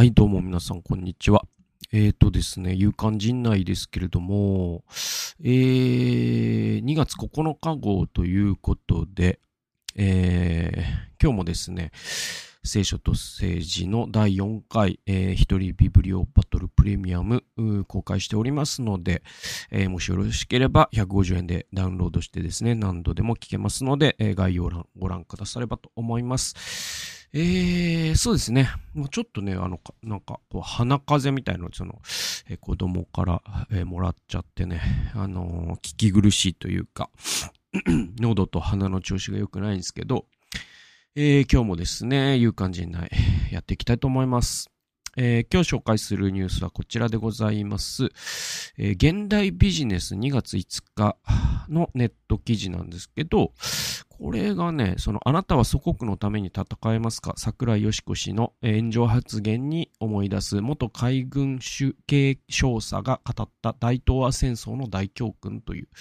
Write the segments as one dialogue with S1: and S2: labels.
S1: はい、どうも皆さん、こんにちは。ですね、夕刊陣内ですけれども、2月9日号ということで、今日もですね、聖書と政治の第4回、一人ビブリオバトルプレミアム公開しておりますので、もしよろしければ150円でダウンロードしてですね、何度でも聞けますので、概要欄ご覧くださればと思います。そうですね。ちょっとね、なんか、鼻風邪みたいなのを子供から、もらっちゃってね、聞き苦しいというか、喉と鼻の調子が良くないんですけど、今日もですね、夕刊陣内やっていきたいと思います。今日紹介するニュースはこちらでございます。現代ビジネス2月5日のネット記事なんですけど、これがね、あなたは祖国のために戦えますか、桜井よし子氏の炎上発言に思い出す元海軍主計少佐が語った大東亜戦争の大教訓という、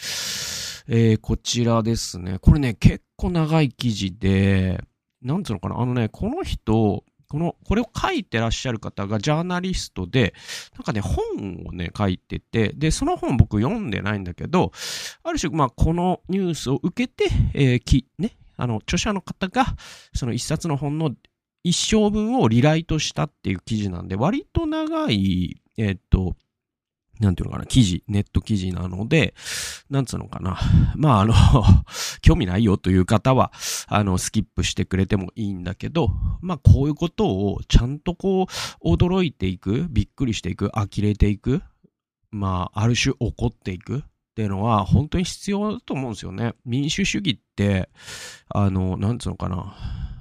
S1: こちらですね。これね、結構長い記事で、なんつうのかな、この人、これを書いてらっしゃる方がジャーナリストで、なんかね、本をね、書いてて、で、その本僕読んでないんだけど、ある種、このニュースを受けて、著者の方が、その一冊の本の一章分をリライトしたっていう記事なんで、割と長い、なんていうのかな、ネット記事なので、なんつうのかな。興味ないよという方は、スキップしてくれてもいいんだけど、こういうことをちゃんと驚いていく、びっくりしていく、呆れていく、ある種怒っていくっていうのは、本当に必要だと思うんですよね。民主主義って、なんつうのかな。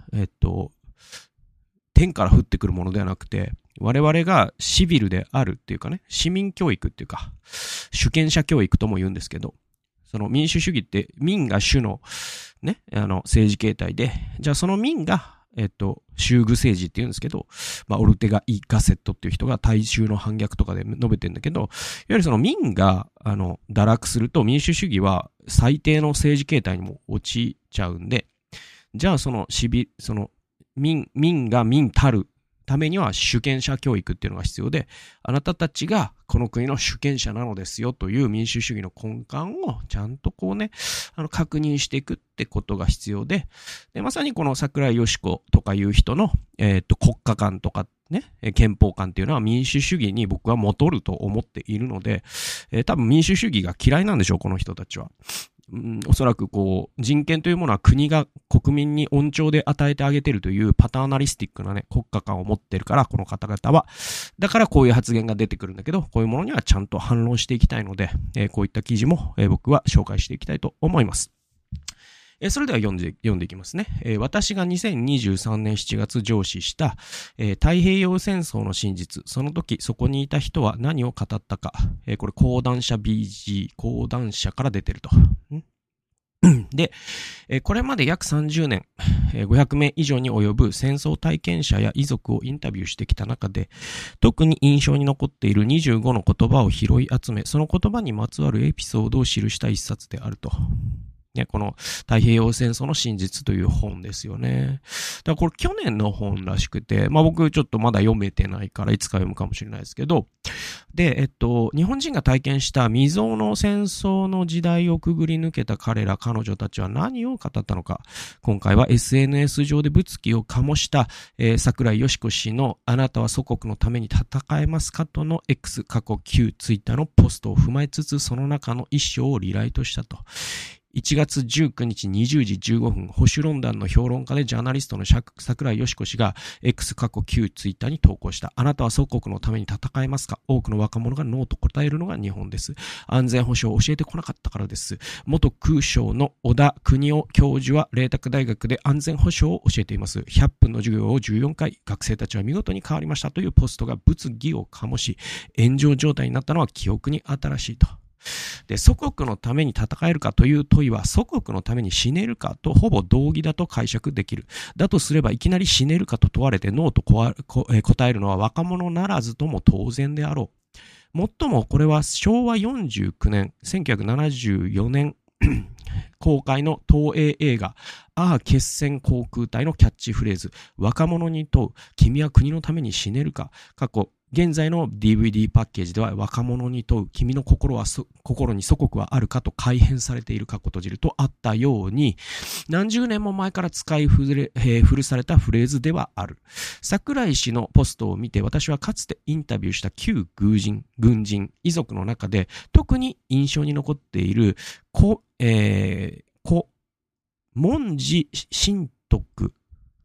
S1: 天から降ってくるものではなくて、我々がシビルであるっていうかね、市民教育っていうか、主権者教育とも言うんですけど、その民主主義って民が主のね、政治形態で、じゃあその民が、州具政治って言うんですけど、オルテガ・イ・ガセットっていう人が大衆の反逆とかで述べてるんだけど、いわゆるその民が、堕落すると民主主義は最低の政治形態にも陥っちゃうんで、じゃあその民が民たるためには主権者教育っていうのが必要で、あなたたちがこの国の主権者なのですよという民主主義の根幹をちゃんと確認していくってことが必要で、まさにこの桜井よし子とかいう人の、国家観とかね、憲法観っていうのは民主主義に僕は戻ると思っているので、多分民主主義が嫌いなんでしょう、この人たちは。おそらく人権というものは国が国民に恩寵で与えてあげているというパターナリスティックなね、国家観を持っているから、この方々は。だからこういう発言が出てくるんだけど、こういうものにはちゃんと反論していきたいので、こういった記事も、僕は紹介していきたいと思います。それでは読んでいきますね。私が2023年7月上司した、太平洋戦争の真実、その時そこにいた人は何を語ったか、これ講談社 BG、講談社から出てると。で、これまで約30年、500名以上に及ぶ戦争体験者や遺族をインタビューしてきた中で、特に印象に残っている25の言葉を拾い集め、その言葉にまつわるエピソードを記した一冊であると。ね、この太平洋戦争の真実という本ですよね。だからこれ去年の本らしくて、僕ちょっとまだ読めてないからいつか読むかもしれないですけど、で、日本人が体験した未曾有の戦争の時代をくぐり抜けた彼女たちは何を語ったのか。今回は SNS 上で物議を醸した、桜井よし子氏のあなたは祖国のために戦えますかとの X 過去旧ツイッターのポストを踏まえつつ、その中の一章をリライトしたと。1月19日20時15分、保守論壇の評論家でジャーナリストの桜井よし子氏が X 過去旧ツイッターに投稿した。あなたは祖国のために戦えますか？多くの若者がノーと答えるのが日本です。安全保障を教えてこなかったからです。元空将の小田邦夫教授は麗澤大学で安全保障を教えています。100分の授業を14回、学生たちは見事に変わりましたというポストが物議を醸し、炎上状態になったのは記憶に新しいと。で、祖国のために戦えるかという問いは、祖国のために死ねるかとほぼ同義だと解釈できる。だとすれば、いきなり死ねるかと問われてノーと答えるのは若者ならずとも当然であろう。もっともこれは昭和49年、1974年公開の東映映画、決戦航空隊のキャッチフレーズ、若者に問う、君は国のために死ねるか。現在の DVD パッケージでは若者に問う、君の心に祖国はあるかと改変されている閉じるとあったように、何十年も前から使い古されたフレーズではある。桜井氏のポストを見て、私はかつてインタビューした旧軍人、遺族の中で、特に印象に残っている、文字新徳、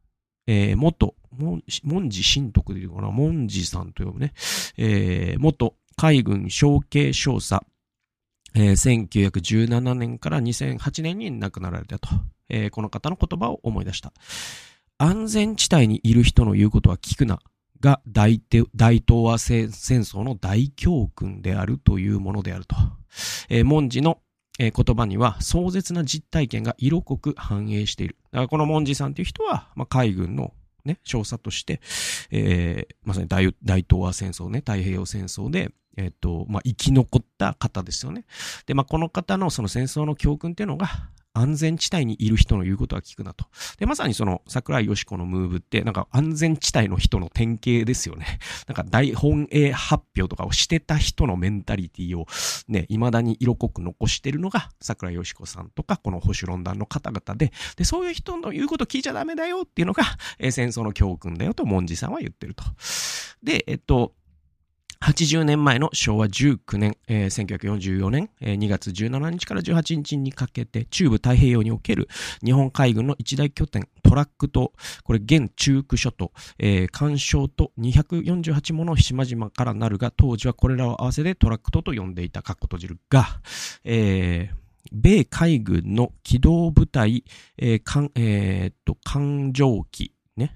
S1: 文字新徳でいうかな、文字さんと呼ぶね、元海軍小慶少佐、1917年から2008年に亡くなられたと、この方の言葉を思い出した。安全地帯にいる人の言うことは聞くなが大東亜戦争の大教訓であるというものであると。文字の言葉には壮絶な実体験が色濃く反映している。だからこの文字さんという人は、海軍のね、少佐として、まさに大東亜戦争ね、太平洋戦争で、生き残った方ですよね。で、この方のその戦争の教訓っていうのが、安全地帯にいる人の言うことは聞くなと。で、まさにその桜井よし子のムーブって、なんか安全地帯の人の典型ですよね。なんか大本営発表とかをしてた人のメンタリティをね、未だに色濃く残してるのが桜井よし子さんとか、この保守論壇の方々で、そういう人の言うこと聞いちゃダメだよっていうのが、戦争の教訓だよと、モンジさんは言ってると。で、80年前の昭和19年、1944年、2月17日から18日にかけて、中部太平洋における日本海軍の一大拠点、トラック島、これ現中区諸島、環礁と248もの島々からなるが、当時はこれらを合わせてトラック島と呼んでいた閉じるが、米海軍の機動部隊、艦上機、ね、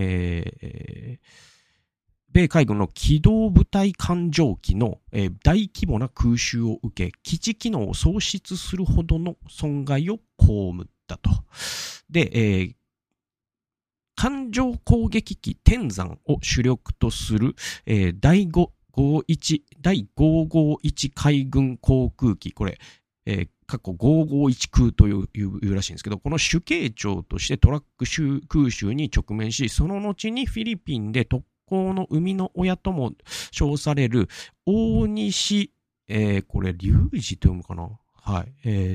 S1: 米海軍の機動部隊艦上機の、大規模な空襲を受け、基地機能を喪失するほどの損害を被ったと。で、艦上攻撃機天山を主力とする、第551海軍航空機、これ、551空というらしいんですけど、この主計長としてトラック空襲に直面し、その後にフィリピンで特攻の生みの親とも称される大西、これ龍二と読むかな、はい、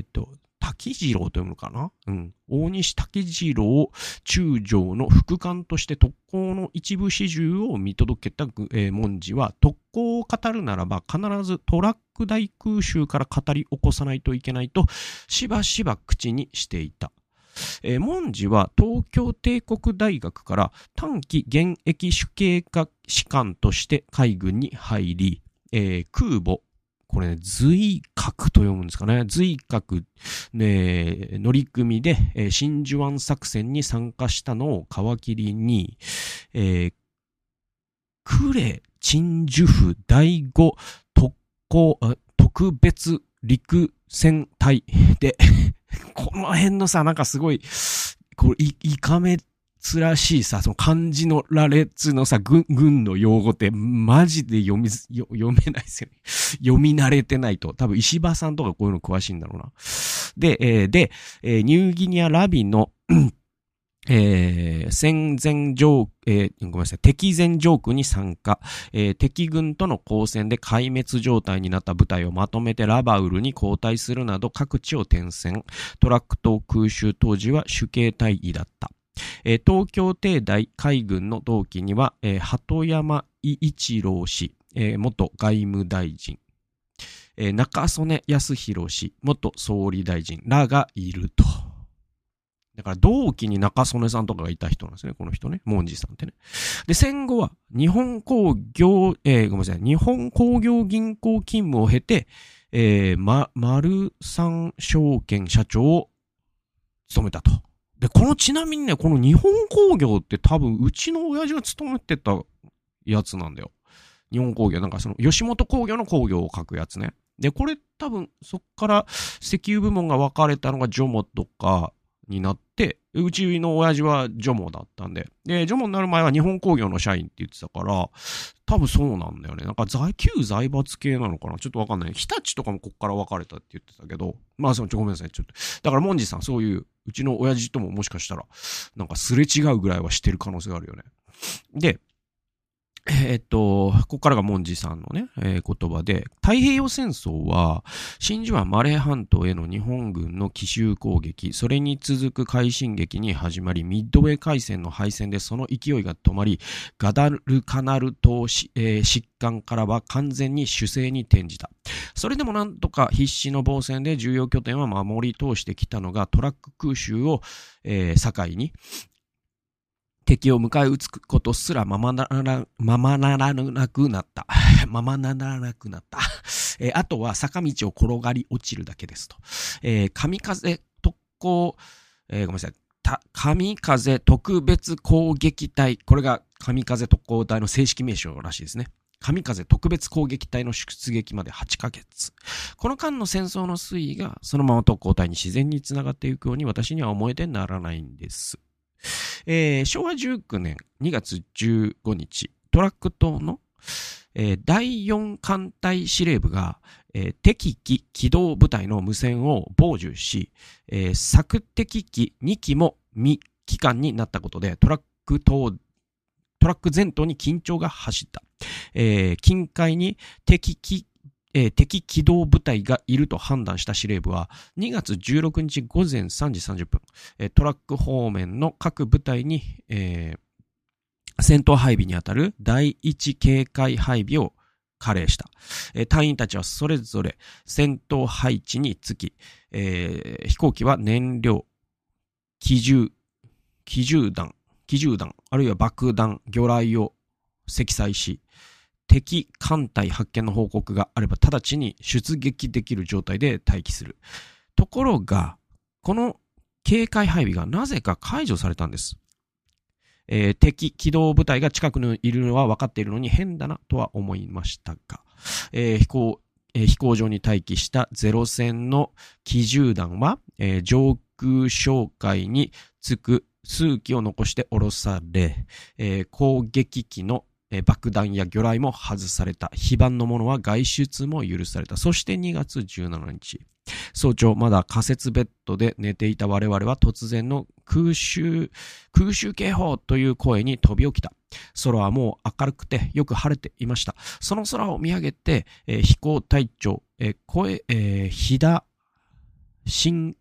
S1: 滝次郎と読むかな、大西滝次郎中将の副官として特攻の一部始終を見届けた、文字は、特攻を語るならば必ずトラック大空襲から語り起こさないといけないとしばしば口にしていた。文字は東京帝国大学から短期現役主計士官として海軍に入り、空母、これね、随角と読むんですかね。随角、ね、乗組で、真珠湾作戦に参加したのを皮切りに、呉鎮守府第5特別陸戦隊で、この辺のさ、なんかすごい、これ、いかめつらしいさ、その漢字の羅列のさ、軍の用語って、マジで読めないですよね。読み慣れてないと。多分、石破さんとかこういうの詳しいんだろうな。で、ニューギニアラビの、ごめんなさい、敵前上空に参加、敵軍との交戦で壊滅状態になった部隊をまとめてラバウルに交代するなど各地を転戦。トラック島空襲当時は主計大尉だった。東京帝大海軍の同期には、鳩山一郎氏、元外務大臣、中曽根康弘氏、元総理大臣らがいると。だから同期に中曽根さんとかがいた人なんですね、この人ね、モンジさんってね。で、戦後は日本工業銀行勤務を経て、丸三証券社長を務めたと。で、ちなみにね、この日本工業って多分うちの親父が勤めてたやつなんだよ。日本工業、なんかその吉本工業の工業を書くやつね。で、これ多分そっから石油部門が分かれたのがジョモとかになって、 うちの親父はジョモだったんで。で、ジョモになる前は日本工業の社員って言ってたから、多分そうなんだよね。なんか旧財閥系なのかなちょっとわかんない。日立とかもこっから分かれたって言ってたけど、まあごめんなさい。ちょっと。だからモンジさん、そういう、うちの親父とももしかしたら、なんかすれ違うぐらいはしてる可能性があるよね。で、ここからがモンジさんのね、言葉で、太平洋戦争は、真珠湾マレー半島への日本軍の奇襲攻撃、それに続く快進撃に始まり、ミッドウェー海戦の敗戦でその勢いが止まり、ガダルカナル島、疾患からは完全に守勢に転じた。それでもなんとか必死の防戦で重要拠点は守り通してきたのが、トラック空襲を、境に、敵を迎え撃つことすらままならなくなった。あとは坂道を転がり落ちるだけですと。神風特攻、ごめんなさい。神風特別攻撃隊。これが神風特攻隊の正式名称らしいですね。神風特別攻撃隊の出撃まで8ヶ月。この間の戦争の推移がそのまま特攻隊に自然につながっていくように私には思えてならないんです。昭和19年2月15日、トラック島の、第4艦隊司令部が、敵機機動部隊の無線を傍受し、索敵機2機も未帰還になったことで、トラック全島に緊張が走った。近海に敵機動部隊がいると判断した司令部は2月16日午前3時30分、トラック方面の各部隊に、戦闘配備にあたる第一警戒配備を下令した。隊員たちはそれぞれ戦闘配置につき、飛行機は燃料、機銃弾、あるいは爆弾、魚雷を積載し、敵艦隊発見の報告があれば直ちに出撃できる状態で待機する。ところが、この警戒配備がなぜか解除されたんです。敵機動部隊が近くにいるのは分かっているのに変だなとは思いましたが、飛行場に待機したゼロ戦の機銃弾は、上空哨戒につく数機を残して降ろされ、攻撃機の爆弾や魚雷も外された。非番のものは外出も許された。そして2月17日。早朝、まだ仮設ベッドで寝ていた我々は突然の空襲警報という声に飛び起きた。空はもう明るくてよく晴れていました。その空を見上げて、飛行隊長、飛田正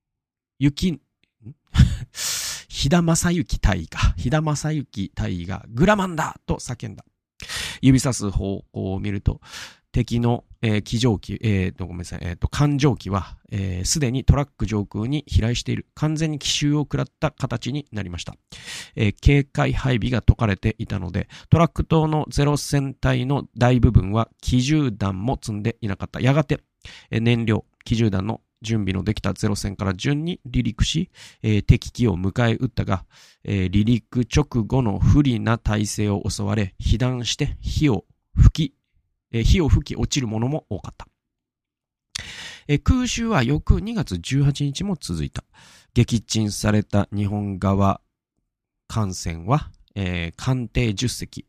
S1: 幸隊がグラマンだと叫んだ。指さす方向を見ると、敵の、機上機、艦上機は、すでにトラック上空に飛来している。完全に奇襲を食らった形になりました。警戒配備が解かれていたので、トラック島のゼロ戦隊の大部分は機銃弾も積んでいなかった。やがて、燃料、機銃弾の準備のできたゼロ戦から順に離陸し、敵機を迎え撃ったが、離陸直後の不利な体勢を襲われ、被弾して火を吹き落ちるものも多かった。空襲は翌2月18日も続いた。撃沈された日本側艦船は、艦艇10隻、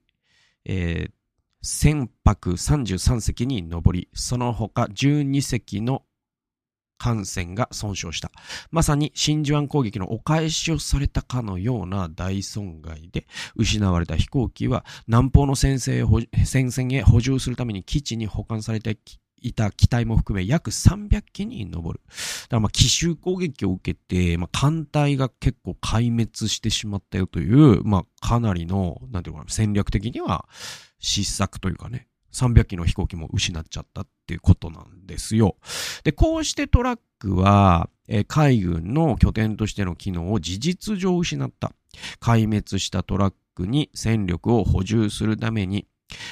S1: 船舶33隻に上り、その他12隻の艦船が損傷した。まさに真珠湾攻撃のお返しをされたかのような大損害で、失われた飛行機は南方の戦線へ補充するために基地に保管されていた機体も含め約300機に上る。だから奇襲攻撃を受けて、艦隊が結構壊滅してしまったよという、かなりの、戦略的には失策というかね、300機の飛行機も失っちゃったっていうことなんですよ。で、こうしてトラックは、海軍の拠点としての機能を事実上失った。壊滅したトラックに戦力を補充するために、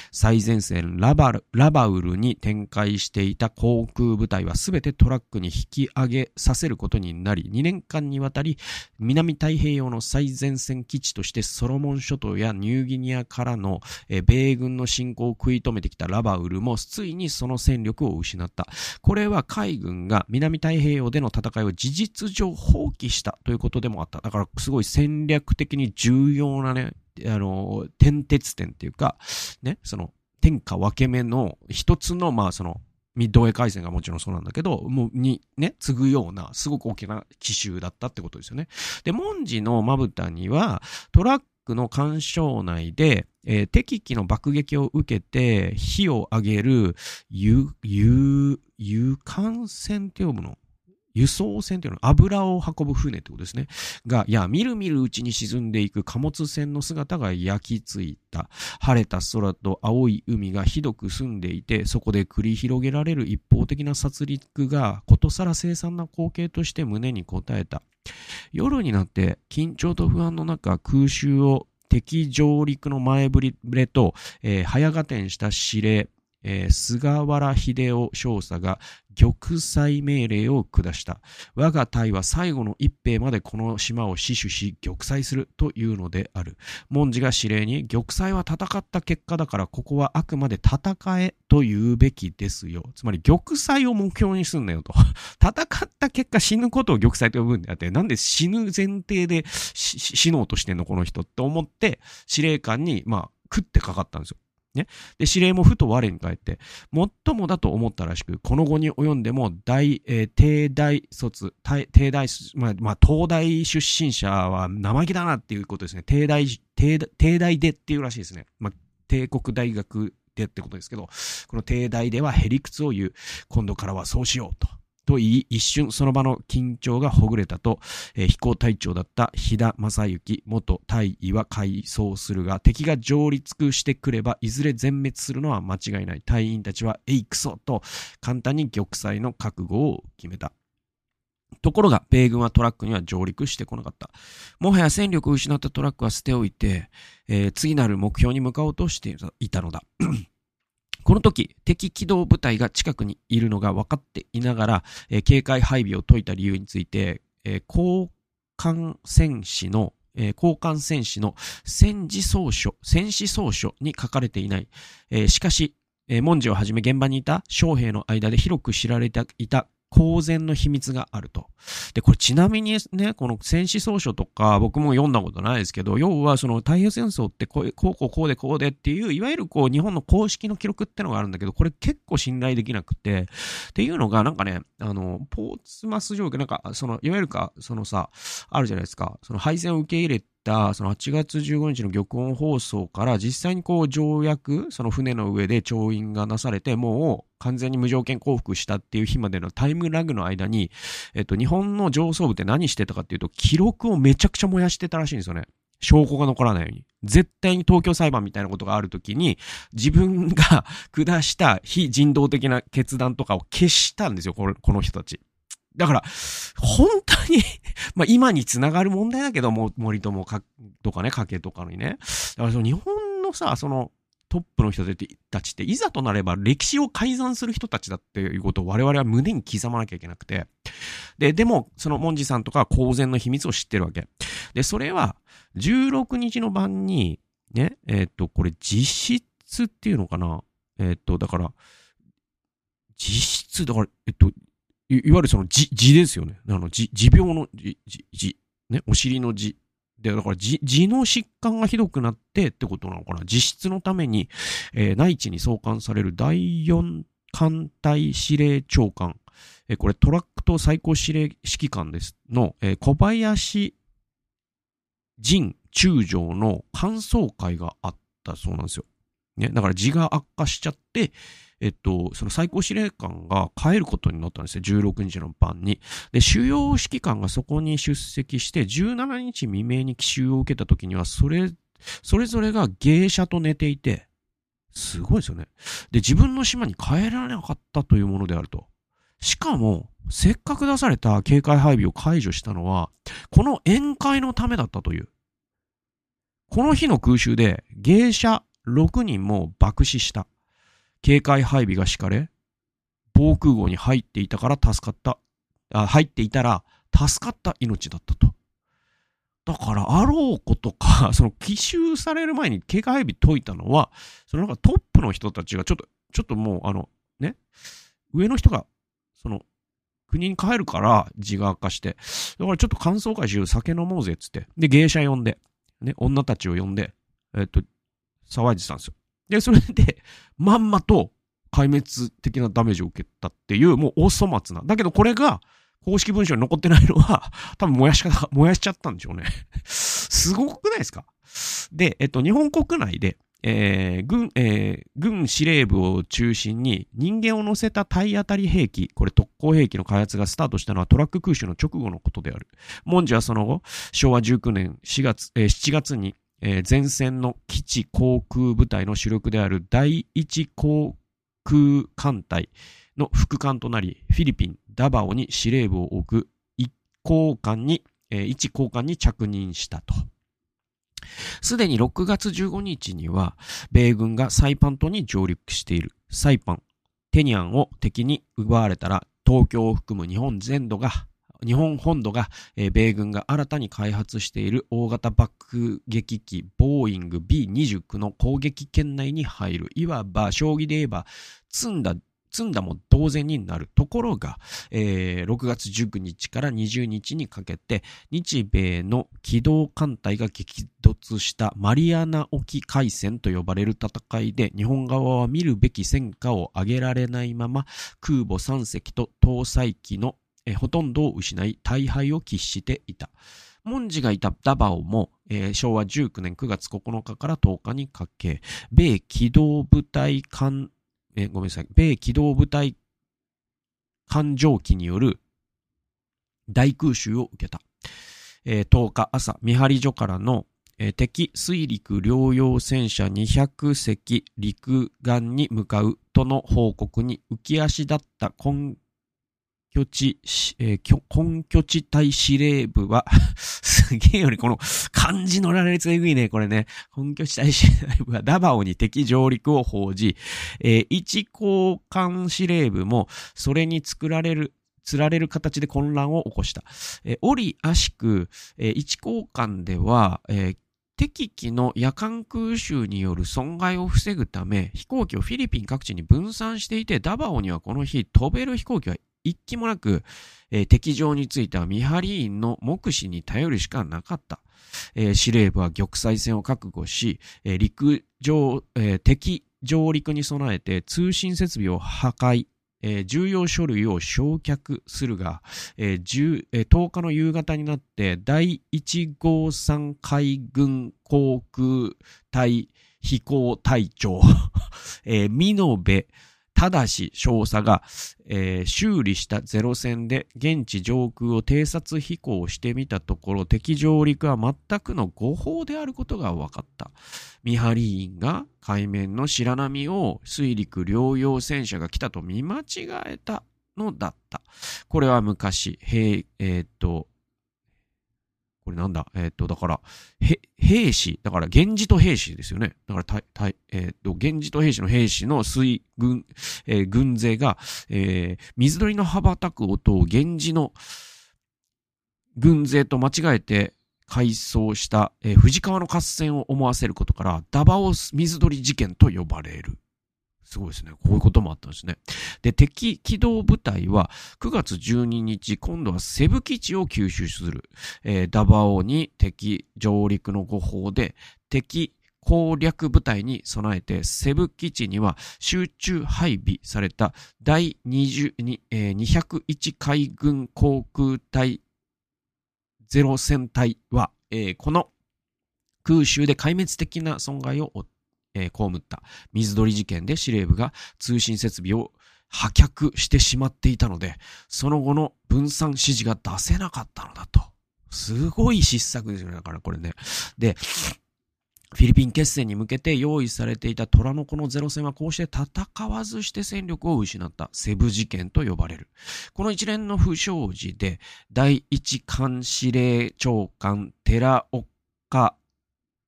S1: 最前線ラバウルに展開していた航空部隊はすべてトラックに引き上げさせることになり、2年間にわたり南太平洋の最前線基地としてソロモン諸島やニューギニアからの米軍の侵攻を食い止めてきたラバウルもついにその戦力を失った。これは海軍が南太平洋での戦いを事実上放棄したということでもあった。だからすごい戦略的に重要なね、転鉄点っていうか、ね、その天下分け目の一つの、まあその、ミッドウェー海戦がもちろんそうなんだけど、もうにね、次ぐような、すごく大きな奇襲だったってことですよね。で、文字のまぶたには、トラックの干渉内で、敵機の爆撃を受けて火を上げる輸艦船って呼ぶの、輸送船というのは油を運ぶ船ってことですね。が、いや、みるみるうちに沈んでいく貨物船の姿が焼き付いた。晴れた空と青い海がひどく澄んでいて、そこで繰り広げられる一方的な殺戮がことさら凄惨な光景として胸に応えた。夜になって緊張と不安の中、空襲を敵上陸の前触れと、早合点した司令、菅原秀夫少佐が玉砕命令を下した。我が隊は最後の一兵までこの島を死守し玉砕するというのである。文字が司令に、玉砕は戦った結果だからここはあくまで戦えと言うべきですよ。つまり玉砕を目標にすんなよと。戦った結果死ぬことを玉砕と呼ぶんであって、なんで死ぬ前提で死のうとしてんのこの人って思って、司令官に食ってかかったんですよ。ね、で司令もふと我に返って、最もだと思ったらしく、この後に及んでも帝大卒、東大出身者は生意気だなっていうことですね。帝大でっていうらしいですね。帝国大学でってことですけど、この帝大ではへりくつを言う。今度からはそうしようと。と言い、一瞬その場の緊張がほぐれたと、飛行隊長だった飛田正幸元大尉は回想するが、敵が上陸してくればいずれ全滅するのは間違いない。隊員たちはえいくそと簡単に玉砕の覚悟を決めた。ところが米軍はトラックには上陸してこなかった。もはや戦力を失ったトラックは捨ておいて、次なる目標に向かおうとしていたのだ。この時、敵機動部隊が近くにいるのが分かっていながら、警戒配備を解いた理由について、交換戦士の戦死草書に書かれていない。しかし、文字をはじめ現場にいた将兵の間で広く知られていた公然の秘密があると。で、これちなみにね、この戦死草書とか僕も読んだことないですけど、要はその太平洋戦争ってこうでっていう、いわゆるこう日本の公式の記録ってのがあるんだけど、これ結構信頼できなくて、っていうのがなんかね、ポーツマス条約、なんかその、いわゆるあるじゃないですか、その敗戦を受け入れその8月15日の玉音放送から実際にこう条約、その船の上で調印がなされて、もう完全に無条件降伏したっていう日までのタイムラグの間に、日本の上層部って何してたかっていうと、記録をめちゃくちゃ燃やしてたらしいんですよね。証拠が残らないように。絶対に東京裁判みたいなことがあるときに、自分が下した非人道的な決断とかを消したんですよ、この人たち。だから、本当に今につながる問題だけども、森友とかね、加計とかにね。だから日本のそのトップの人たちって、いざとなれば歴史を改ざんする人たちだっていうことを我々は胸に刻まなきゃいけなくて。でも、その文字さんとかは公然の秘密を知ってるわけ。で、それは、16日の晩に、ね、これ実質っていうのかな。だから、実質、だから、いわゆるその痔ですよね。持病の痔。ね、お尻の痔。で、だから痔の疾患がひどくなってってことなのかな。実質のために、内地に送還される第4艦隊司令長官。これトラックと最高司令指揮官です。の、小林仁中将の感想会があったそうなんですよ。ね、だから痔が悪化しちゃって、その最高司令官が帰ることになったんですよ。16日の晩に。で、主要指揮官がそこに出席して、17日未明に奇襲を受けた時には、それぞれが芸者と寝ていて、すごいですよね。で、自分の島に帰られなかったというものであると。しかも、せっかく出された警戒配備を解除したのは、この宴会のためだったという。この日の空襲で、芸者 6人も爆死した。警戒配備が敷かれ、防空壕に入っていたら助かった命だったと。だからあろうことか、その奇襲される前に警戒配備解いたのは、そのなんかトップの人たちがちょっともう上の人がその国に帰るから自我化して、だからちょっと感想会しよう、酒飲もうぜっつって、で芸者呼んで、ね、女たちを呼んで騒いでたんですよ。でそれでまんまと壊滅的なダメージを受けたっていう、もうお粗末な。だけどこれが公式文書に残ってないのは、多分燃やしちゃったんでしょうね。すごくないですか？で、日本国内で、軍司令部を中心に人間を乗せた体当たり兵器、これ特攻兵器の開発がスタートしたのはトラック空襲の直後のことである。文字はその後、昭和19年7月に、前線の基地航空部隊の主力である第一航空艦隊の副艦となり、フィリピン・ダバオに司令部を置く一高官に着任したと。すでに6月15日には、米軍がサイパン島に上陸している。サイパン、テニアンを敵に奪われたら、東京を含む日本本土が、米軍が新たに開発している大型爆撃機ボーイング B29 の攻撃圏内に入る。いわば将棋で言えば積んだも同然になる。ところが、6月19日から20日にかけて日米の機動艦隊が激突したマリアナ沖海戦と呼ばれる戦いで、日本側は見るべき戦果を上げられないまま空母3隻と搭載機のほとんどを失い大敗を喫していた。文字がいたダバオも、昭和19年9月9日から10日にかけ、米機動部隊艦上機による大空襲を受けた。10日朝、見張り所からの、敵水陸両用戦車200隻陸岸に向かうとの報告に浮き足立った根拠地帯司令部はすげえよりこの漢字の羅列えぐいね、これね。根拠地帯司令部はダバオに敵上陸を報じ、一高官司令部もそれにつられる形で混乱を起こした。折あしく、一高官では、敵機の夜間空襲による損害を防ぐため、飛行機をフィリピン各地に分散していて、ダバオにはこの日飛べる飛行機は一機もなく、敵場については見張り員の目視に頼るしかなかった。司令部は玉砕戦を覚悟し、敵上陸に備えて通信設備を破壊、重要書類を焼却するが、10日の夕方になって第153海軍航空隊飛行隊長美濃部正少佐が、修理したゼロ戦で現地上空を偵察飛行してみたところ、敵上陸は全くの誤報であることが分かった。見張り員が海面の白波を水陸両用戦車が来たと見間違えたのだった。これは昔、これなんだだから、兵士、だから、源氏と兵士ですよね。だから、源氏と兵士の兵士の水軍、軍勢が、水鳥の羽ばたく音を源氏の軍勢と間違えて改装した、富士川の合戦を思わせることから、ダバオ水鳥事件と呼ばれる。すごいですね。こういうこともあったんですね。で、敵機動部隊は9月12日、今度はセブ基地を吸収する。ダバオに敵上陸の誤報で、敵攻略部隊に備えて、セブ基地には集中配備された第201海軍航空隊0戦隊は、この空襲で壊滅的な損害を負った。被った。水鳥事件で司令部が通信設備を破却してしまっていたので、その後の分散指示が出せなかったのだと。すごい失策ですよね。だからこれね。で、フィリピン決戦に向けて用意されていた虎の子のゼロ戦はこうして戦わずして戦力を失ったセブ事件と呼ばれる。この一連の不祥事で、第一艦司令長官寺岡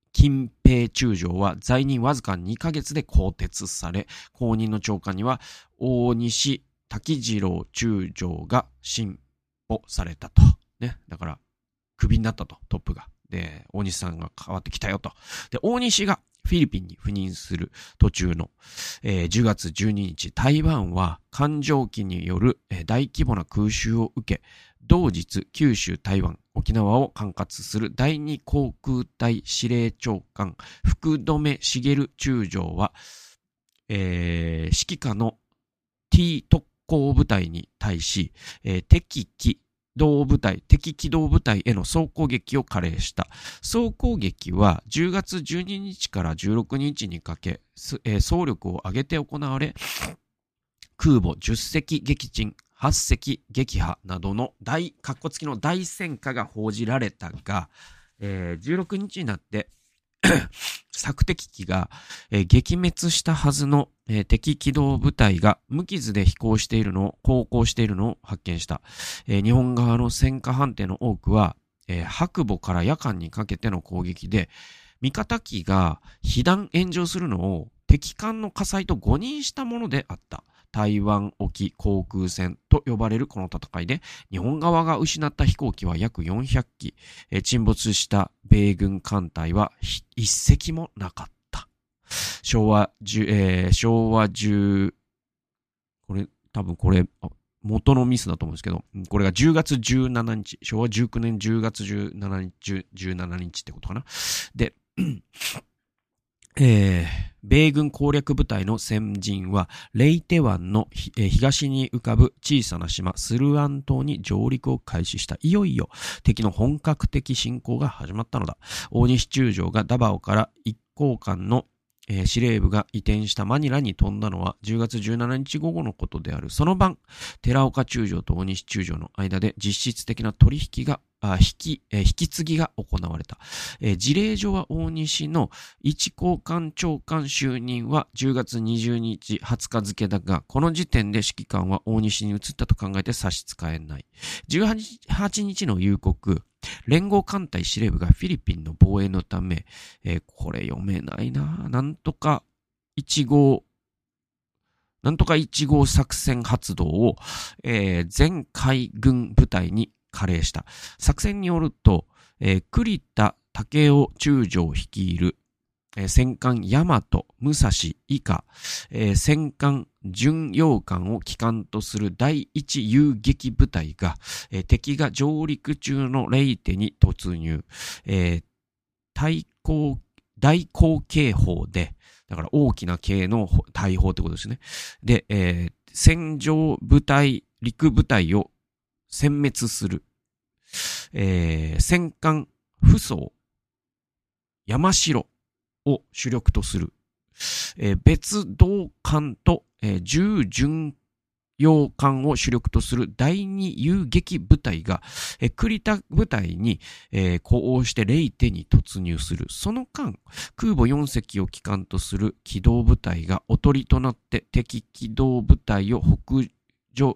S1: 金平中将は在任わずか2ヶ月で更迭され、後任の長官には大西滝次郎中将が進歩されたと。ね。だから、クビになったと、トップが。で、大西さんが変わってきたよと。で、大西がフィリピンに赴任する途中の、10月12日、台湾は艦上機による、大規模な空襲を受け、同日、九州、台湾、沖縄を管轄する第二航空隊司令長官、福留茂中将は、指揮下の T 特攻部隊に対し、敵機動部隊への総攻撃を開始した。総攻撃は10月12日から16日にかけ、総力を挙げて行われ、空母10隻撃沈、8隻撃破などのカッコ付きの大戦果が報じられたが、16日になって索敵機が、撃滅したはずの、敵機動部隊が無傷で航行しているのを発見した。日本側の戦果判定の多くは、白母から夜間にかけての攻撃で、味方機が被弾炎上するのを敵艦の火災と誤認したものであった。台湾沖航空戦と呼ばれるこの戦いで、日本側が失った飛行機は約400機、沈没した米軍艦隊は一隻もなかった。昭和10、これ元のミスだと思うんですけど、これが10月17日、昭和19年10月17日ってことかな。で、米軍攻略部隊の先陣は、レイテ湾の、東に浮かぶ小さな島、スルアン島に上陸を開始した。いよいよ敵の本格的侵攻が始まったのだ。大西中将がダバオから一行間の、司令部が移転したマニラに飛んだのは10月17日午後のことである。その晩、寺岡中将と大西中将の間で実質的な取引が引き継ぎが行われた。辞令所は大西の一高官長官就任は10月20日20日付だが、この時点で指揮官は大西に移ったと考えて差し支えない。18日の夕刻、連合艦隊司令部がフィリピンの防衛のため、これ読めないな。なんとか1号作戦発動を、全海軍部隊に加令した。作戦によると、栗田武雄中将率いる、戦艦大和、武蔵以下、戦艦巡洋艦を旗艦とする第一遊撃部隊が、敵が上陸中のレイテに突入。大砲警報で、だから大きな系の大砲ってことですね。で、戦場部隊、陸部隊を殲滅する。戦艦扶桑、山城を主力とする。別動艦と、重巡洋艦を主力とする第二遊撃部隊が、栗田部隊に、呼応してレイテに突入する。その間、空母4隻を旗艦とする機動部隊がおとりとなって敵機動部隊を北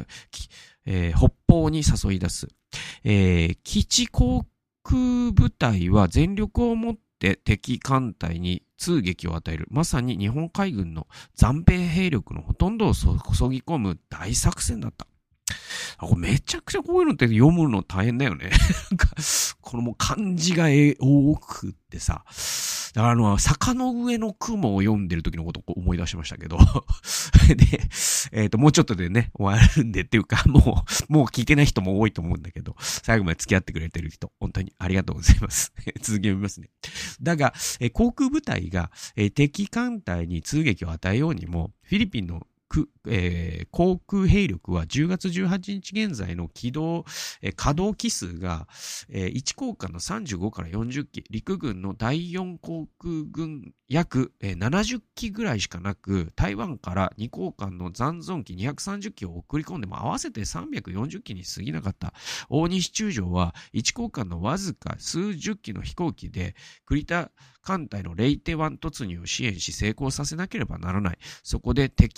S1: 方に誘い出す。基地航空部隊は全力をもって敵艦隊に痛撃を与える。まさに日本海軍の残兵兵力のほとんどを注ぎ込む大作戦だった。これめちゃくちゃこういうのって読むの大変だよね。このもう漢字が多くってさ。だから坂の上の雲を読んでる時のことを思い出しましたけど。で、もうちょっとでね、終わるんでっていうか、もう聞いてない人も多いと思うんだけど、最後まで付き合ってくれてる人、本当にありがとうございます。続き読みますね。だが、航空部隊が、敵艦隊に痛撃を与えようにも、フィリピンの航空兵力は10月18日現在の稼働機数が、1航艦の35から40機、陸軍の第4航空軍約70機ぐらいしかなく、台湾から2航艦の残存機230機を送り込んでも合わせて340機に過ぎなかった。大西中将は1航艦のわずか数十機の飛行機で栗田艦隊のレイテ湾突入を支援し成功させなければならない。そこで敵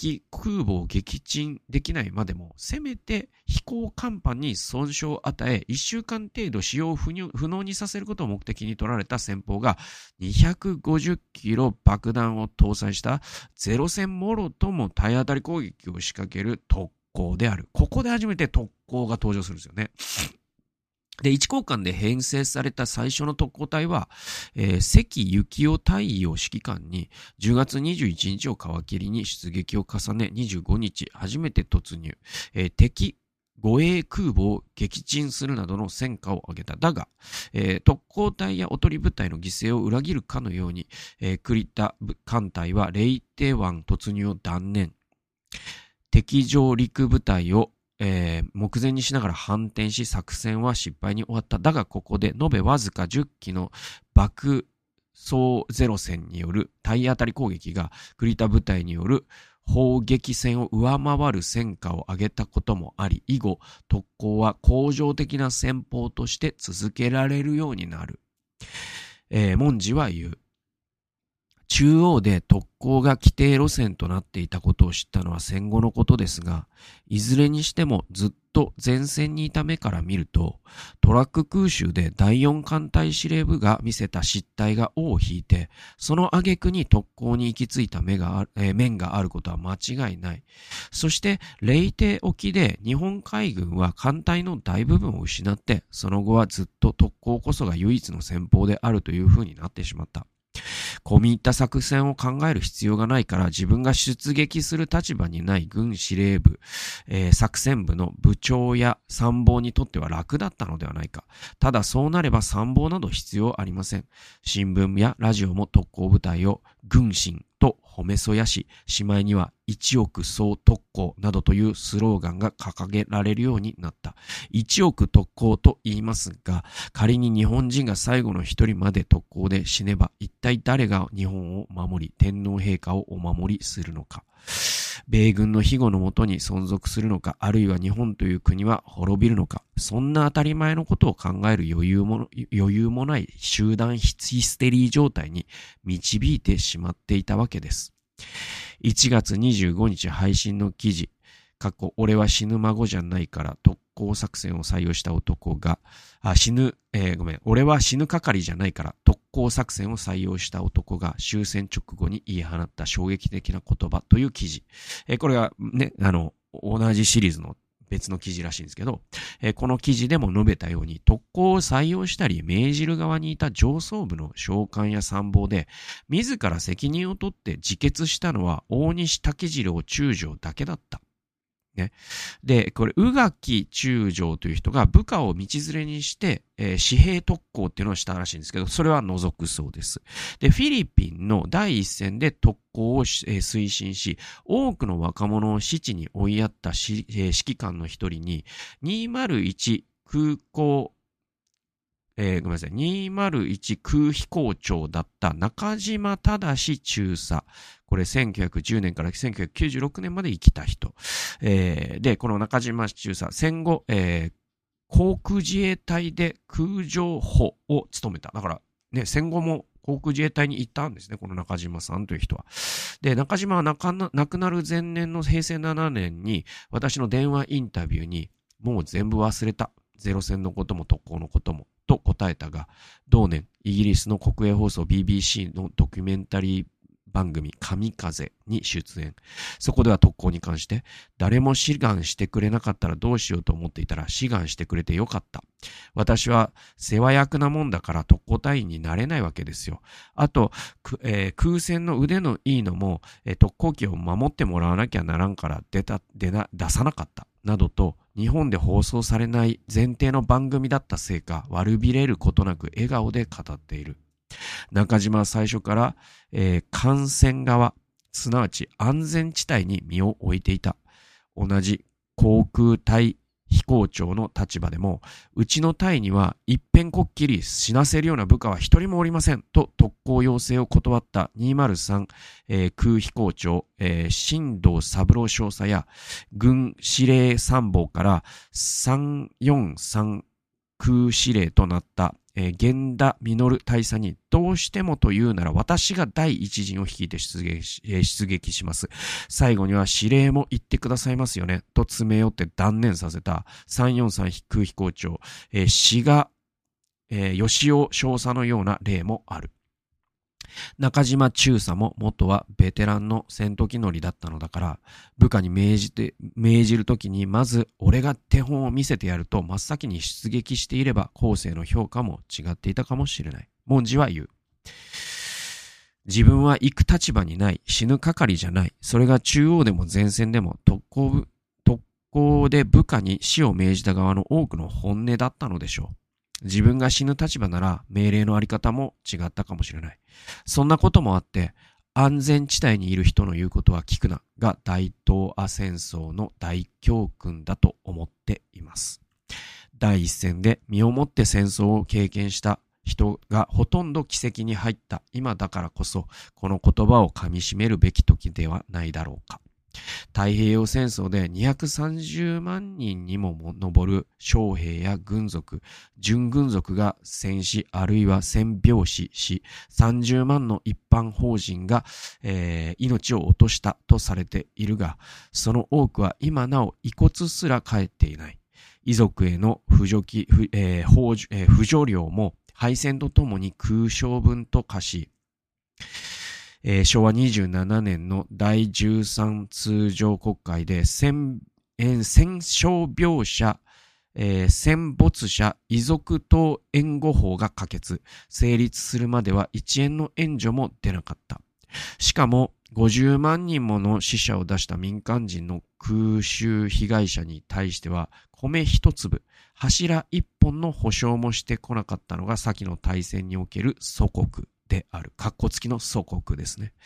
S1: 空母を撃沈できないまでも、せめて飛行甲板に損傷を与え、1週間程度使用不能にさせることを目的に取られた戦砲が、250キロ爆弾を搭載したゼロ戦もろとも体当たり攻撃を仕掛ける特攻である。ここで初めて特攻が登場するんですよね。で、1交換で編成された最初の特攻隊は、関幸夫大尉を指揮官に10月21日を皮切りに出撃を重ね、25日初めて突入、敵護衛空母を撃沈するなどの戦果を挙げた。だが、特攻隊やおとり部隊の犠牲を裏切るかのように、栗田艦隊はレイテ湾突入を断念。敵上陸部隊を目前にしながら反転し作戦は失敗に終わった。だがここで延べわずか10機の爆走ゼロ戦による体当たり攻撃が栗田部隊による砲撃戦を上回る戦果を上げたこともあり、以後特攻は恒常的な戦法として続けられるようになる。文次は言う。中央で特攻が規定路線となっていたことを知ったのは戦後のことですが、いずれにしてもずっと前線にいた目から見ると、トラック空襲で第4艦隊司令部が見せた失態が尾を引いて、その挙句に特攻に行き着いた面があることは間違いない。そして、レイテ沖で日本海軍は艦隊の大部分を失って、その後はずっと特攻こそが唯一の戦法であるという風になってしまった。込み入った作戦を考える必要がないから自分が出撃する立場にない軍司令部、作戦部の部長や参謀にとっては楽だったのではないか。ただそうなれば参謀など必要ありません。新聞やラジオも特攻部隊を軍神と褒めそやし、しまいには1億総特攻などというスローガンが掲げられるようになった。1億特攻と言いますが、仮に日本人が最後の一人まで特攻で死ねば、一体誰が日本を守り、天皇陛下をお守りするのか。米軍の庇護のもとに存続するのか、あるいは日本という国は滅びるのか、そんな当たり前のことを考える余裕もない集団ヒステリー状態に導いてしまっていたわけです。1月25日配信の記事、俺は死ぬ孫じゃないから特攻作戦を採用した男が、俺は死ぬ係じゃないから特攻作戦を採用した男が終戦直後に言い放った衝撃的な言葉という記事。これがね、同じシリーズの別の記事らしいんですけど、この記事でも述べたように特攻を採用したり命じる側にいた上層部の将官や参謀で自ら責任を取って自決したのは大西武次郎中将だけだった。ね。で、これ、宇垣中将という人が部下を道連れにして、私兵特攻っていうのをしたらしいんですけど、それは除くそうです。で、フィリピンの第一線で特攻を、推進し、多くの若者を死地に追いやった指揮官の一人に、201空港、201空飛行長だった中島正中佐。これ1910年から1996年まで生きた人。で、この中島中佐、戦後、航空自衛隊で空上補を務めた。だから、ね、戦後も航空自衛隊に行ったんですね、この中島さんという人は。で、中島は亡くなる前年の平成7年に、私の電話インタビューに、もう全部忘れた。ゼロ戦のことも特攻のことも。と答えたが、同年、イギリスの国営放送 BBC のドキュメンタリー番組神風に出演。そこでは特攻に関して、誰も志願してくれなかったらどうしようと思っていたら志願してくれてよかった。私は世話役なもんだから特攻隊員になれないわけですよ。あと、空戦の腕のいいのも、特攻機を守ってもらわなきゃならんから出さなかった。などと、日本で放送されない前提の番組だったせいか、悪びれることなく笑顔で語っている。中島は最初から、艦船側、すなわち安全地帯に身を置いていた。同じ航空隊飛行長の立場でも、うちの隊には一遍こっきり死なせるような部下は一人もおりませんと特攻要請を断った203、空飛行長、新藤三郎少佐や軍司令参謀から343空司令となった、 源田実大佐にどうしてもというなら私が第一陣を率いて出撃します。最後には司令も言ってくださいますよね。と詰め寄って断念させた343空飛行長、志賀、吉尾少佐のような例もある。中島中佐も元はベテランの戦闘機乗りだったのだから、部下に命じるときにまず俺が手本を見せてやると真っ先に出撃していれば後世の評価も違っていたかもしれない。文次は言う。自分は行く立場にない、死ぬ係じゃない。それが中央でも前線でも特攻で部下に死を命じた側の多くの本音だったのでしょう。自分が死ぬ立場なら命令のあり方も違ったかもしれない。そんなこともあって、安全地帯にいる人の言うことは聞くなが大東亜戦争の大教訓だと思っています。第一線で身をもって戦争を経験した人がほとんど奇跡に入った今だからこそ、この言葉を噛み締めるべき時ではないだろうか。太平洋戦争で230万人にも上る将兵や軍属、準軍属が戦死あるいは戦病死し、30万の一般邦人が、命を落としたとされているが、その多くは今なお遺骨すら帰っていない。遺族への扶助料も敗戦とともに空償分と化し、昭和27年の第13通常国会で戦傷病者、戦没者遺族等援護法が可決、成立するまでは1円の援助も出なかった。しかも50万人もの死者を出した民間人の空襲被害者に対しては米一粒、柱一本の保証もしてこなかったのが先の大戦における祖国である。カッコ付きの祖国ですね。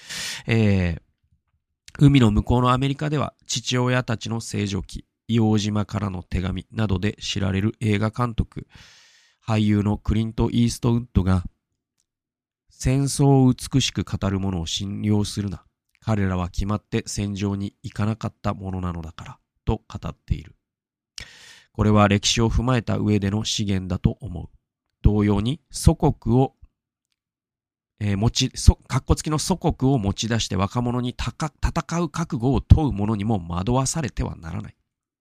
S1: 海の向こうのアメリカでは父親たちの成長期、硫黄島からの手紙などで知られる映画監督、俳優のクリント・イーストウッドが戦争を美しく語る者を信用するな。彼らは決まって戦場に行かなかったものなのだからと語っている。これは歴史を踏まえた上での資源だと思う。同様に祖国をカッコ付きの祖国を持ち出して若者に戦う覚悟を問う者にも惑わされてはならない。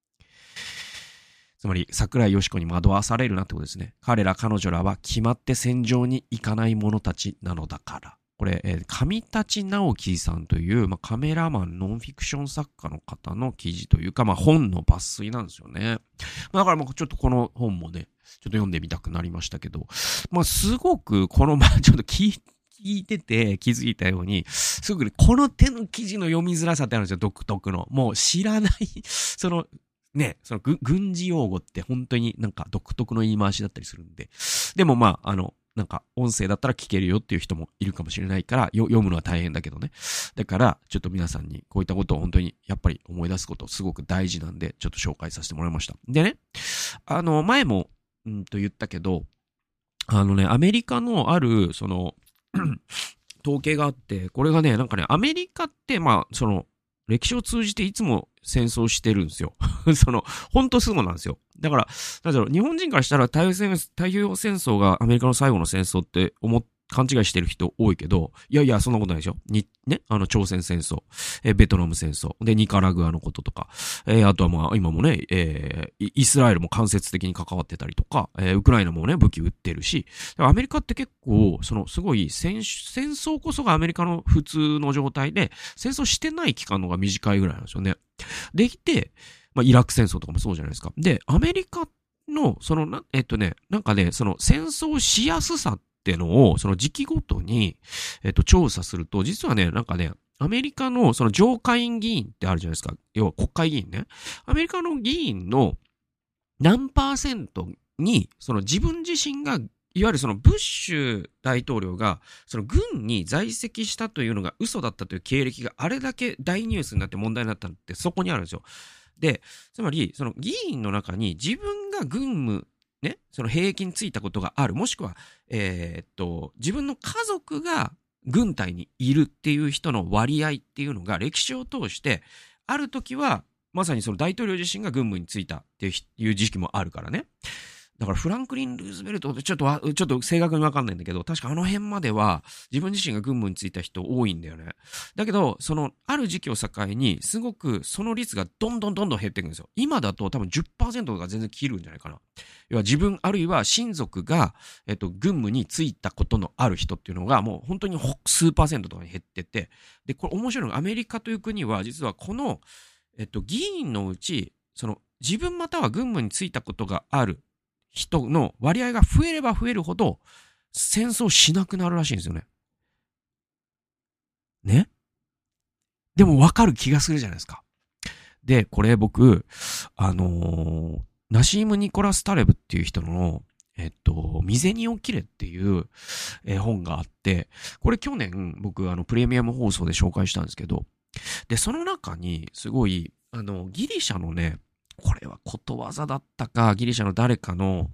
S1: つまり、桜井よし子に惑わされるなってことですね。彼女らは決まって戦場に行かない者たちなのだから。これ、上立直樹さんという、カメラマン、ノンフィクション作家の方の記事というか、本の抜粋なんですよね。だからちょっとこの本もね、ちょっと読んでみたくなりましたけど、すごくこのちょっと聞いてて気づいたように、すごくこの手の記事の読みづらさってあるんですよ、独特の。もう知らない、その軍事用語って本当に独特の言い回しだったりするんで。でも音声だったら聞けるよっていう人もいるかもしれないから、読むのは大変だけどね。だから、ちょっと皆さんにこういったことを本当にやっぱり思い出すことすごく大事なんで、ちょっと紹介させてもらいました。でね、前も、言ったけど、アメリカのある、統計があって、これがね、アメリカって、歴史を通じていつも戦争してるんですよ。本当そうなんですよ。だから、日本人からしたら太平洋戦争がアメリカの最後の戦争って勘違いしてる人多いけど、いやいや、そんなことないでしょ。朝鮮戦争、ベトナム戦争、で、ニカラグアのこととか、あとは今もね、イスラエルも間接的に関わってたりとか、ウクライナもね、武器売ってるし、アメリカって結構、すごい戦争こそがアメリカの普通の状態で、戦争してない期間の方が短いぐらいなんですよね。できて、イラク戦争とかもそうじゃないですか。で、アメリカの、戦争しやすさってのを、時期ごとに、調査すると、実はね、アメリカの上下院議員ってあるじゃないですか。要は国会議員ね。アメリカの議員の何%に、自分自身が、いわゆるブッシュ大統領が、軍に在籍したというのが嘘だったという経歴があれだけ大ニュースになって問題になったのってそこにあるんですよ。で、つまり、議員の中に自分が軍務、ね、兵役に就いたことがある、もしくは、自分の家族が軍隊にいるっていう人の割合っていうのが歴史を通して、ある時は、まさに大統領自身が軍務に就いたっていう時期もあるからね。 だからフランクリン・ルーズベルトってちょっと正確にわかんないんだけど、確かあの辺までは自分自身が軍務に就いた人多いんだよね。だけど、ある時期を境に、すごくその率がどんどん減っていくんですよ。今だと多分 10% とか全然切るんじゃないかな。要は自分、あるいは親族が、軍務に就いたことのある人っていうのがもう本当に数%とかに減ってて、で、これ面白いのがアメリカという国は実はこの、議員のうち、自分または軍務に就いたことがある人の割合が増えれば増えるほど戦争しなくなるらしいんですよね。ね。でも分かる気がするじゃないですか。で、これ僕、ナシーム・ニコラス・タレブっていう人の、ミゼニオキレっていう、本があって、これ去年僕プレミアム放送で紹介したんですけど、で、その中にすごい、ギリシャのね、これはことわざだったか、ギリシャの誰かの、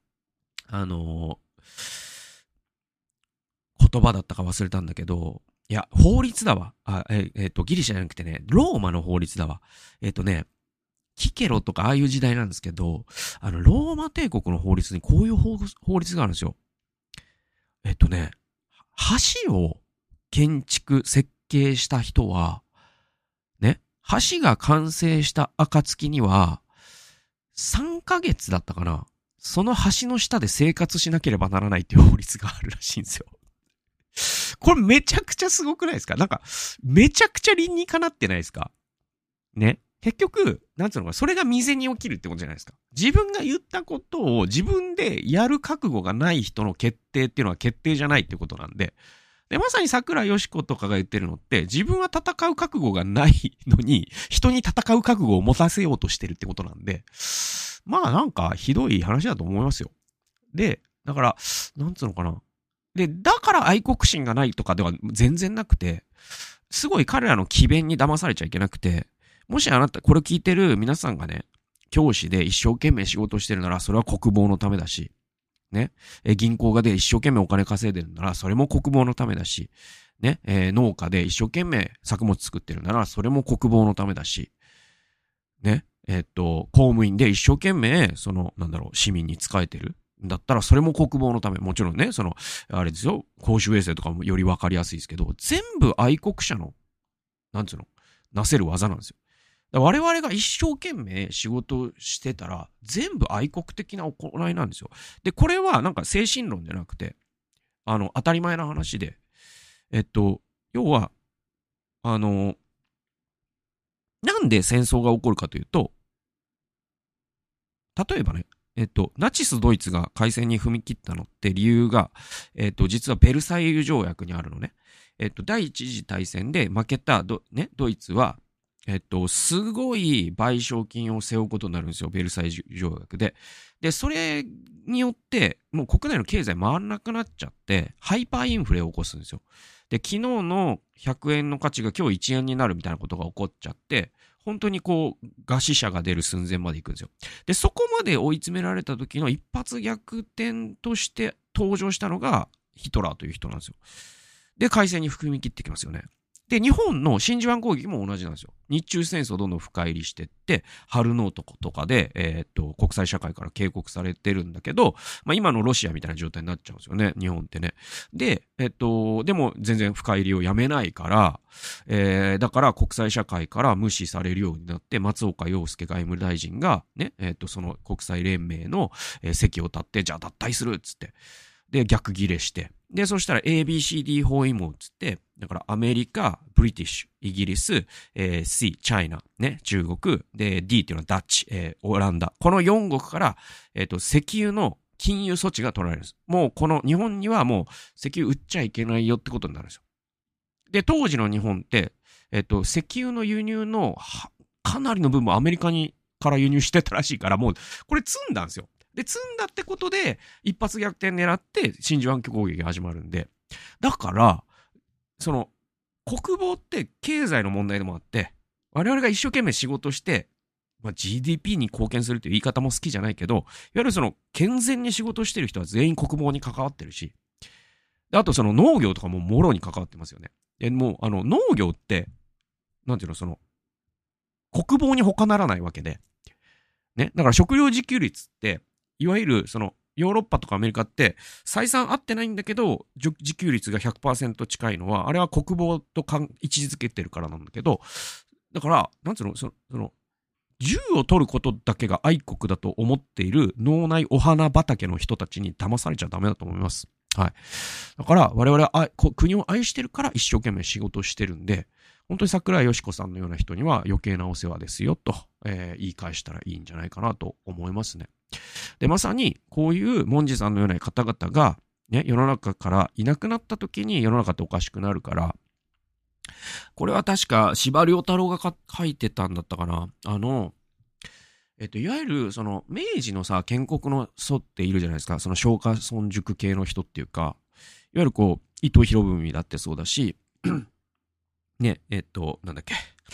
S1: 言葉だったか忘れたんだけど、いや、法律だわ。ギリシャじゃなくてね、ローマの法律だわ。キケロとかああいう時代なんですけど、ローマ帝国の法律にこういう法律があるんですよ。橋を建築、設計した人は、ね、橋が完成した暁には、3ヶ月だったかな。その橋の下で生活しなければならないっていう法律があるらしいんですよ。これめちゃくちゃすごくないですか？なんか、めちゃくちゃ理にかなってないですか？ね。結局、なんつうのか、それが未然に起きるってことじゃないですか。自分が言ったことを自分でやる覚悟がない人の決定っていうのは決定じゃないってことなんで、で、まさに桜よし子とかが言ってるのって、自分は戦う覚悟がないのに、人に戦う覚悟を持たせようとしてるってことなんで、まあなんかひどい話だと思いますよ。で、だから、なんつうのかな。で、だから愛国心がないとかでは全然なくて、すごい彼らの詭弁に騙されちゃいけなくて、もしあなた、これ聞いてる皆さんがね、教師で一生懸命仕事してるなら、それは国防のためだし、ね、銀行家で一生懸命お金稼いでるなら、それも国防のためだし、ね、農家で一生懸命作物作ってるなら、それも国防のためだし、ね、公務員で一生懸命、市民に仕えてるだったら、それも国防のため。もちろんね、あれですよ、公衆衛生とかもよりわかりやすいですけど、全部愛国者の、なんつうの、なせる技なんですよ。我々が一生懸命仕事をしてたら、全部愛国的な行いなんですよ。で、これはなんか精神論じゃなくて、当たり前な話で、要は、なんで戦争が起こるかというと、例えばね、ナチスドイツが開戦に踏み切ったのって理由が、実はベルサイユ条約にあるのね。第一次大戦で負けたドイツは、すごい賠償金を背負うことになるんですよ、ベルサイユ条約で。で、それによって、もう国内の経済回らなくなっちゃって、ハイパーインフレを起こすんですよ。で、昨日の100円の価値が今日1円になるみたいなことが起こっちゃって、本当にこう、餓死者が出る寸前まで行くんですよ。で、そこまで追い詰められた時の一発逆転として登場したのがヒトラーという人なんですよ。で、開戦に踏み切ってきますよね。で、日本の真珠湾攻撃も同じなんですよ。日中戦争どんどん深入りしてって、春の男とかで、国際社会から警告されてるんだけど、まあ今のロシアみたいな状態になっちゃうんですよね、日本ってね。で、でも全然深入りをやめないから、だから国際社会から無視されるようになって、松岡洋介外務大臣がね、その国際連盟の、席を立って、じゃあ脱退するっつって。で、逆ギレして。で、そしたら ABCD 包囲網つって、だからアメリカ、ブリティッシュ、イギリス、C、チャイナ、ね、中国、で、D っていうのはダッチ、オランダ。この4国から、石油の禁輸措置が取られるんです。もうこの日本にはもう石油売っちゃいけないよってことになるんですよ。で、当時の日本って、石油の輸入のかなりの分もアメリカから輸入してたらしいから、もうこれ積んだんですよ。で、積んだってことで、一発逆転狙って、真珠湾攻撃が始まるんで。だから、国防って経済の問題でもあって、我々が一生懸命仕事して、まあ、GDP に貢献するという言い方も好きじゃないけど、いわゆる健全に仕事してる人は全員国防に関わってるし、あと農業とかももろに関わってますよね。で、もう、農業って、なんていうの、国防に他ならないわけで、ね。だから食料自給率って、 いわゆる、ヨーロッパとかアメリカって、採算合ってないんだけど、自給率が 100% 近いのは、あれは国防と位置づけてるからなんだけど、だから、なんつうの、銃を取ることだけが愛国だと思っている脳内お花畑の人たちに騙されちゃダメだと思います。はい。だから我々は国を愛してるから一生懸命仕事をしてるんで、本当に桜井よしこさんのような人には余計なお世話ですよと、言い返したらいいんじゃないかなと思いますね。で、まさにこういう文字さんのような方々が、ね、世の中からいなくなった時に世の中っておかしくなるから、これは確か司馬遼太郎が書いてたんだったかな。いわゆる、明治のさ、建国の祖っているじゃないですか。その松下村塾系の人っていうか、いわゆるこう、伊藤博文だってそうだし、ね、なんだっけ。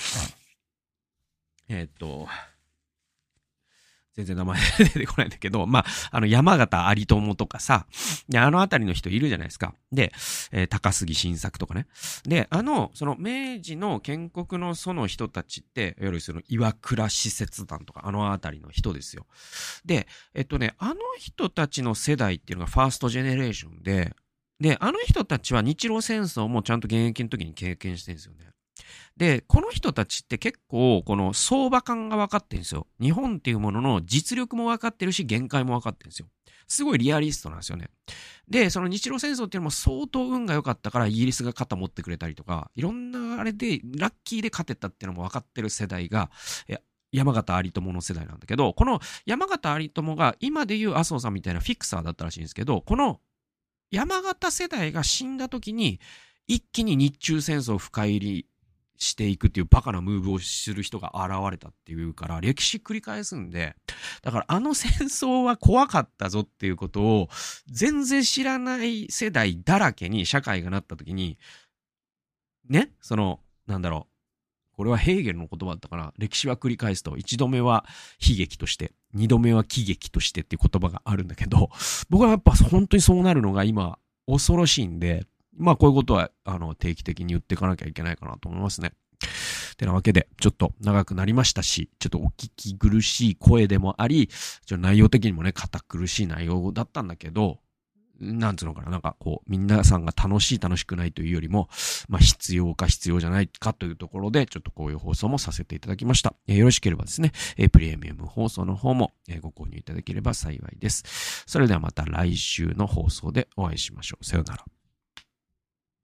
S1: 全然名前出てこないんだけど、まあ、山形有朋とかさ、で、あのあたりの人いるじゃないですか。で、高杉晋作とかね。で、その明治の建国の祖の人たちって、いわゆるその岩倉使節団とか、あのあたりの人ですよ。で、あの人たちの世代っていうのがファーストジェネレーションで、で、あの人たちは日露戦争もちゃんと現役の時に経験してるんですよね。で、この人たちって結構、この相場感が分かってるんですよ。日本っていうものの実力も分かってるし、限界も分かってるんですよ。すごいリアリストなんですよね。で、その日露戦争っていうのも相当運が良かったから、イギリスが肩持ってくれたりとか、いろんなあれで、ラッキーで勝てたっていうのも分かってる世代が、山形有朋の世代なんだけど、この山形有朋が今でいう麻生さんみたいなフィクサーだったらしいんですけど、この山形世代が死んだ時に、一気に日中戦争深入りしていくっていうバカなムーブをする人が現れたっていうから、歴史繰り返すんで、だからあの戦争は怖かったぞっていうことを全然知らない世代だらけに社会がなった時に、ね、なんだろう、これはヘーゲルの言葉だったかな、歴史は繰り返すと、一度目は悲劇として、二度目は喜劇としてっていう言葉があるんだけど、僕はやっぱ本当にそうなるのが今恐ろしいんで、まあこういうことは定期的に言っていかなきゃいけないかなと思いますね。てなわけで、ちょっと長くなりましたし、ちょっとお聞き苦しい声でもあり、内容的にもね、堅苦しい内容だったんだけど、なんつうのかな、なんかこう、皆さんが楽しい楽しくないというよりも、まあ必要か必要じゃないかというところで、ちょっとこういう放送もさせていただきました。よろしければですね、プレミアム放送の方もご購入いただければ幸いです。それではまた来週の放送でお会いしましょう。さようなら。